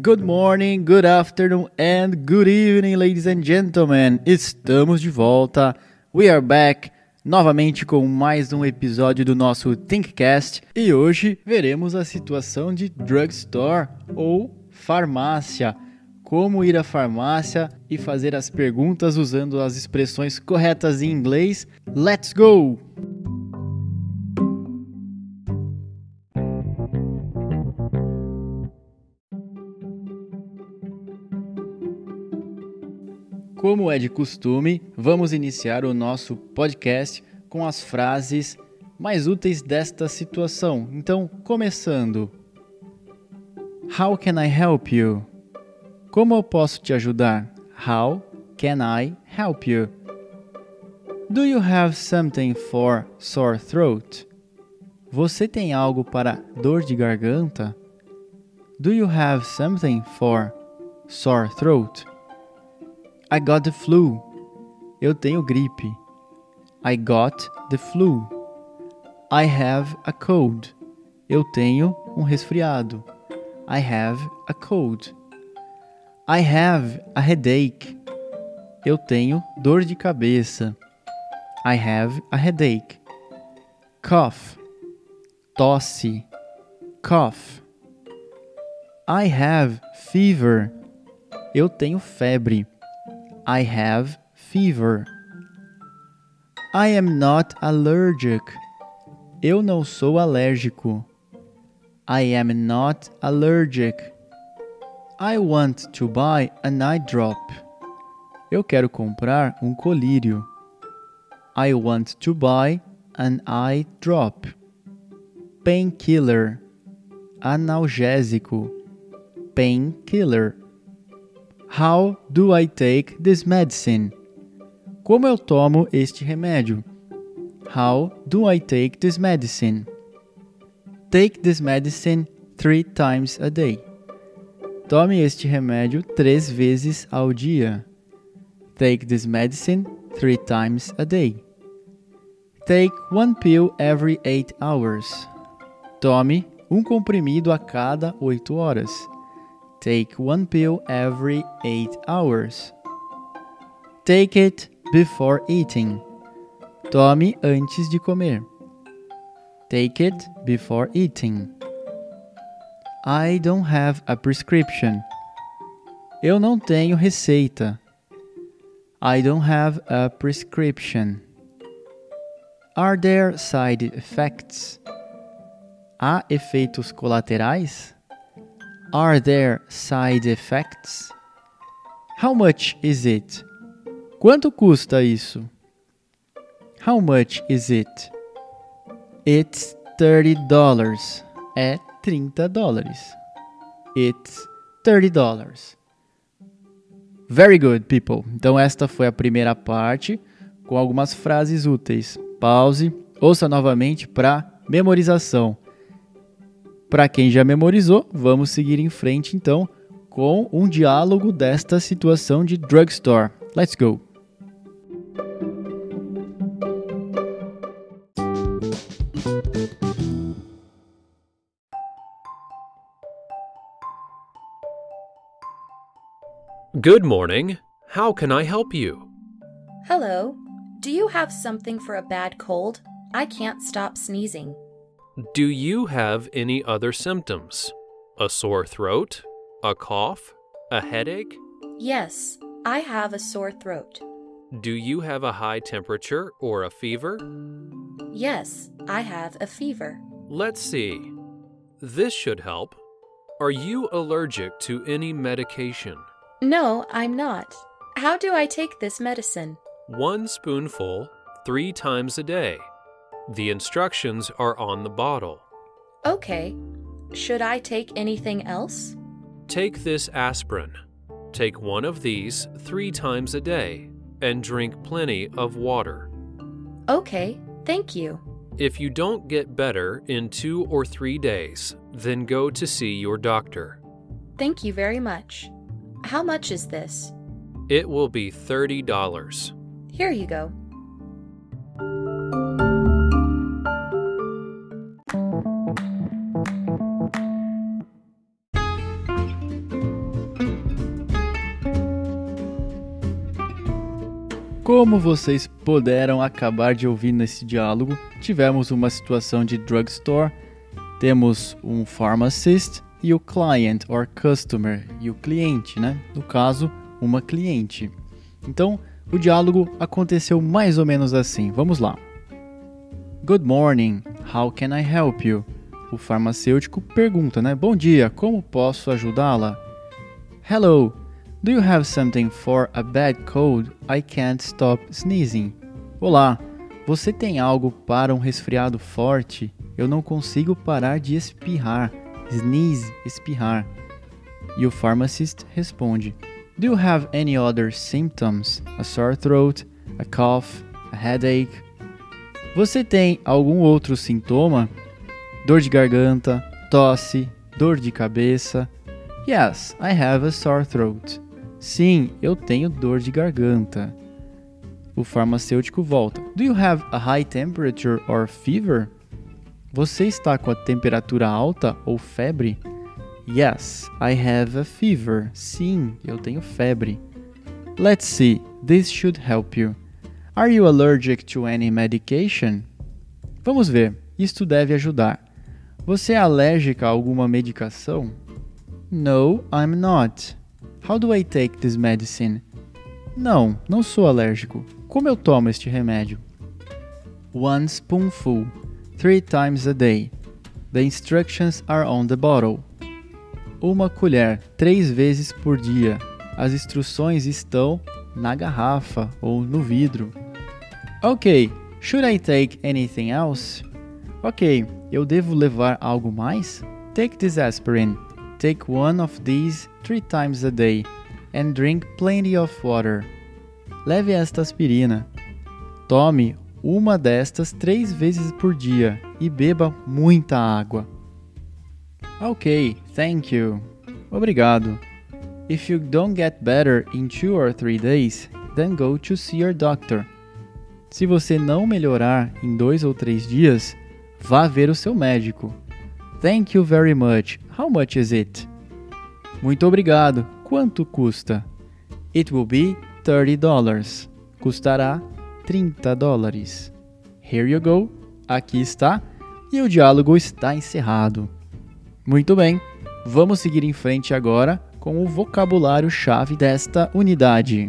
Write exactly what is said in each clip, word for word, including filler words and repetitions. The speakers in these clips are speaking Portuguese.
Good morning, good afternoon and good evening, ladies and gentlemen. Estamos de volta. We are back. Novamente com mais um episódio do nosso ThinkCast. E hoje veremos a situação de drugstore ou farmácia. Como ir à farmácia e fazer as perguntas usando as expressões corretas em inglês. Let's go! Como é de costume, vamos iniciar o nosso podcast com as frases mais úteis desta situação. Então, começando. How can I help you? Como eu posso te ajudar? How can I help you? Do you have something for sore throat? Você tem algo para dor de garganta? Do you have something for sore throat? I got the flu. Eu tenho gripe. I got the flu. I have a cold. Eu tenho um resfriado. I have a cold. I have a headache. Eu tenho dor de cabeça. I have a headache. Cough. Tosse. Cough. I have fever. Eu tenho febre. I have fever. I am not allergic. Eu não sou alérgico. I am not allergic. I want to buy an eye drop. Eu quero comprar um colírio. I want to buy an eye drop. Painkiller. Analgésico. Painkiller. How do I take this medicine? Como eu tomo este remédio? How do I take this medicine? Take this medicine three times a day. Tome este remédio três vezes ao dia. Take this medicine three times a day. Take one pill every eight hours. Tome um comprimido a cada oito horas. Take one pill every eight hours. Take it before eating. Tome antes de comer. Take it before eating. I don't have a prescription. Eu não tenho receita. I don't have a prescription. Are there side effects? Há efeitos colaterais? Are there side effects? How much is it? Quanto custa isso? How much is it? It's thirty dollars. É trinta dólares. It's thirty dollars. Very good, people. Então esta foi a primeira parte com algumas frases úteis. Pause, ouça novamente para memorização. Para quem já memorizou, vamos seguir em frente então com um diálogo desta situação de drugstore. Let's go! Good morning. How can I help you? Hello. Do you have something for a bad cold? I can't stop sneezing. Do you have any other symptoms? A sore throat? A cough? A headache? Yes, I have a sore throat. Do you have a high temperature or a fever? Yes, I have a fever. Let's see. This should help. Are you allergic to any medication? No, I'm not. How do I take this medicine? One spoonful, three times a day. The instructions are on the bottle. Okay. Should I take anything else? Take this aspirin. Take one of these three times a day and drink plenty of water. Okay, thank you. If you don't get better in two or three days, then go to see your doctor. Thank you very much. How much is this? It will be thirty dollars. Here you go. Como vocês puderam acabar de ouvir nesse diálogo, tivemos uma situação de drugstore, temos um pharmacist e o client or customer, e o cliente, né? No caso, uma cliente. Então, o diálogo aconteceu mais ou menos assim. Vamos lá. Good morning, how can I help you? O farmacêutico pergunta, né? Bom dia, como posso ajudá-la? Hello, do you have something for a bad cold? I can't stop sneezing. Olá, você tem algo para um resfriado forte? Eu não consigo parar de espirrar. Sneeze, espirrar. E o pharmacist responde, do you have any other symptoms? A sore throat, a cough, a headache? Você tem algum outro sintoma? Dor de garganta, tosse, dor de cabeça? Yes, I have a sore throat. Sim, eu tenho dor de garganta. O farmacêutico volta. Do you have a high temperature or fever? Você está com a temperatura alta ou febre? Yes, I have a fever. Sim, eu tenho febre. Let's see, this should help you. Are you allergic to any medication? Vamos ver, isto deve ajudar. Você é alérgica a alguma medicação? No, I'm not. How do I take this medicine? Não, não sou alérgico. Como eu tomo este remédio? One spoonful, three times a day. The instructions are on the bottle. Uma colher, três vezes por dia. As instruções estão na garrafa ou no vidro. Ok, should I take anything else? Ok, eu devo levar algo mais? Take this aspirin. Take one of these three times a day and drink plenty of water. Leve esta aspirina. Tome uma destas três vezes por dia e beba muita água. Ok, thank you. Obrigado. If you don't get better in two or three days, then go to see your doctor. Se você não melhorar em dois ou três dias, vá ver o seu médico. Thank you very much. How much is it? Muito obrigado. Quanto custa? It will be thirty dollars. Custará trinta dólares. Here you go. Aqui está. E o diálogo está encerrado. Muito bem. Vamos seguir em frente agora com o vocabulário-chave desta unidade.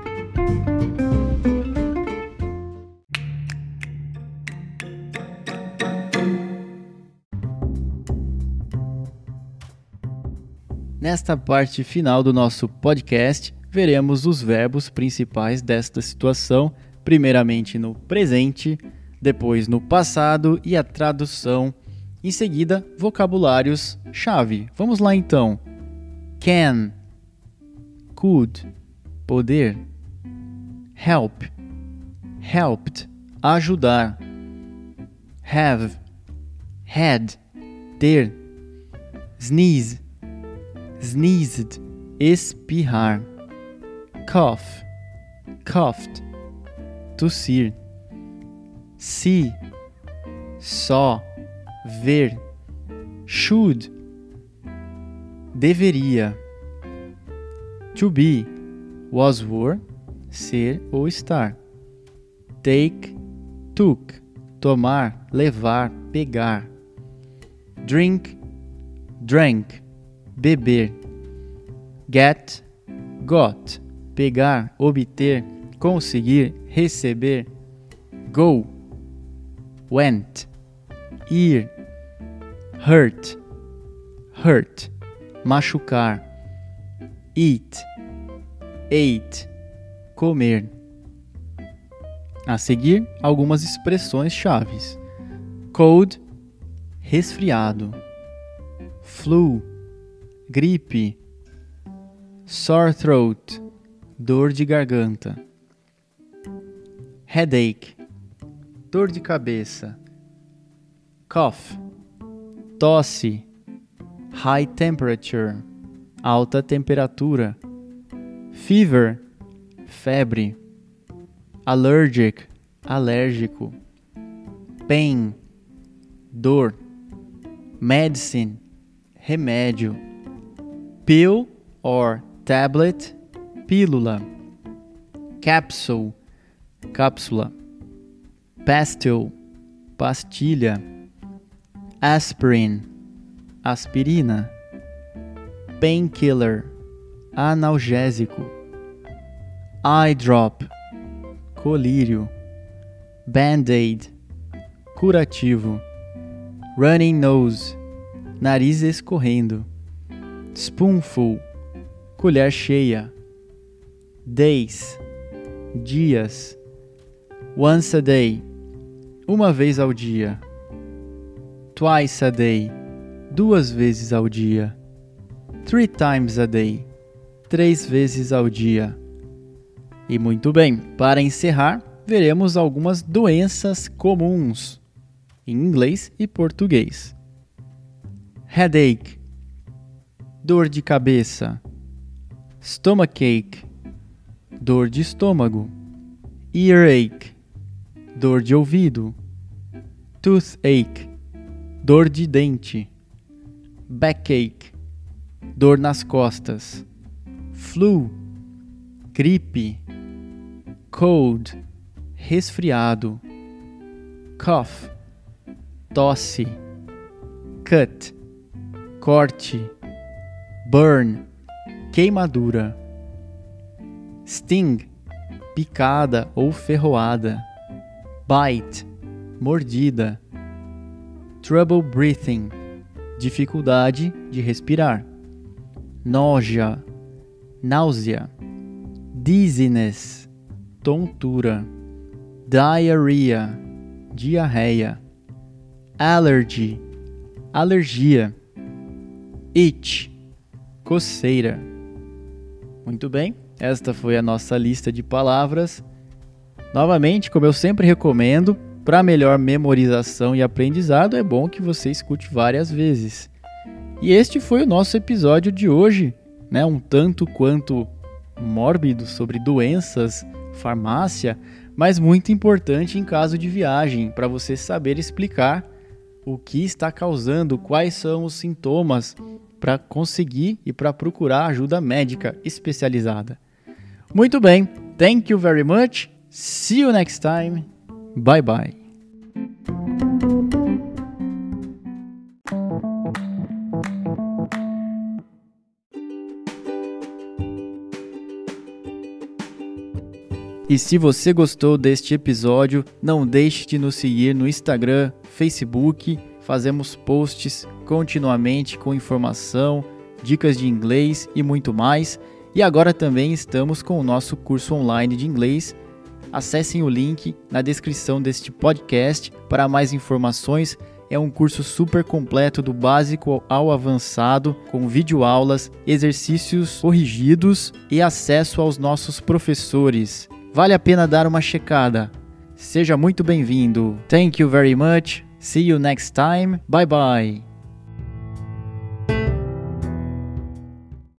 Nesta parte final do nosso podcast, veremos os verbos principais desta situação, primeiramente no presente, depois no passado e a tradução. Em seguida, vocabulários-chave. Vamos lá então. Can, could, poder. Help, helped, ajudar. Have, had, ter. Sneeze, sneezed, espirrar. Cough, coughed, tossir. See, saw, ver. Should, deveria. To be, was, were, ser ou estar. Take, took, tomar, levar, pegar. Drink, drank, beber. Get, got, pegar, obter, conseguir, receber. Go, went, ir. Hurt, hurt, machucar. Eat, ate, comer. A seguir, algumas expressões chaves. Cold, resfriado. Flu, gripe. Sore throat, dor de garganta. Headache, dor de cabeça. Cough, tosse. High temperature, alta temperatura. Fever, febre. Allergic, alérgico. Pain, dor. Medicine, remédio. Pill or tablet, pílula. Capsule, cápsula. Pastil, pastilha. Aspirin, aspirina. Painkiller, analgésico. Eye drop, colírio. Band-aid, curativo. Running nose, nariz escorrendo. Spoonful, colher cheia. Days, dias. Once a day, uma vez ao dia. Twice a day, duas vezes ao dia. Three times a day, três vezes ao dia. E muito bem, para encerrar, veremos algumas doenças comuns em inglês e português. Headache, dor de cabeça. Stomachache, dor de estômago. Earache, dor de ouvido. Toothache, dor de dente. Backache, dor nas costas. Flu, gripe. Cold, resfriado. Cough, tosse. Cut, corte. Burn, queimadura. Sting, picada ou ferroada. Bite, mordida. Trouble breathing, dificuldade de respirar. Nausea, náusea. Dizziness, tontura. Diarrhea, diarreia. Allergy, alergia. Itch, coceira. Muito bem, esta foi a nossa lista de palavras. Novamente, como eu sempre recomendo, para melhor memorização e aprendizado, é bom que você escute várias vezes. E este foi o nosso episódio de hoje, né? Um tanto quanto mórbido sobre doenças, farmácia, mas muito importante em caso de viagem, para você saber explicar o que está causando, quais são os sintomas, para conseguir e para procurar ajuda médica especializada. Muito bem, thank you very much, see you next time, bye bye. E se você gostou deste episódio, não deixe de nos seguir no Instagram, Facebook. Fazemos posts continuamente com informação, dicas de inglês e muito mais. E agora também estamos com o nosso curso online de inglês. Acessem o link na descrição deste podcast para mais informações. É um curso super completo do básico ao avançado, com videoaulas, exercícios corrigidos e acesso aos nossos professores. Vale a pena dar uma checada. Seja muito bem-vindo. Thank you very much. See you next time. Bye bye.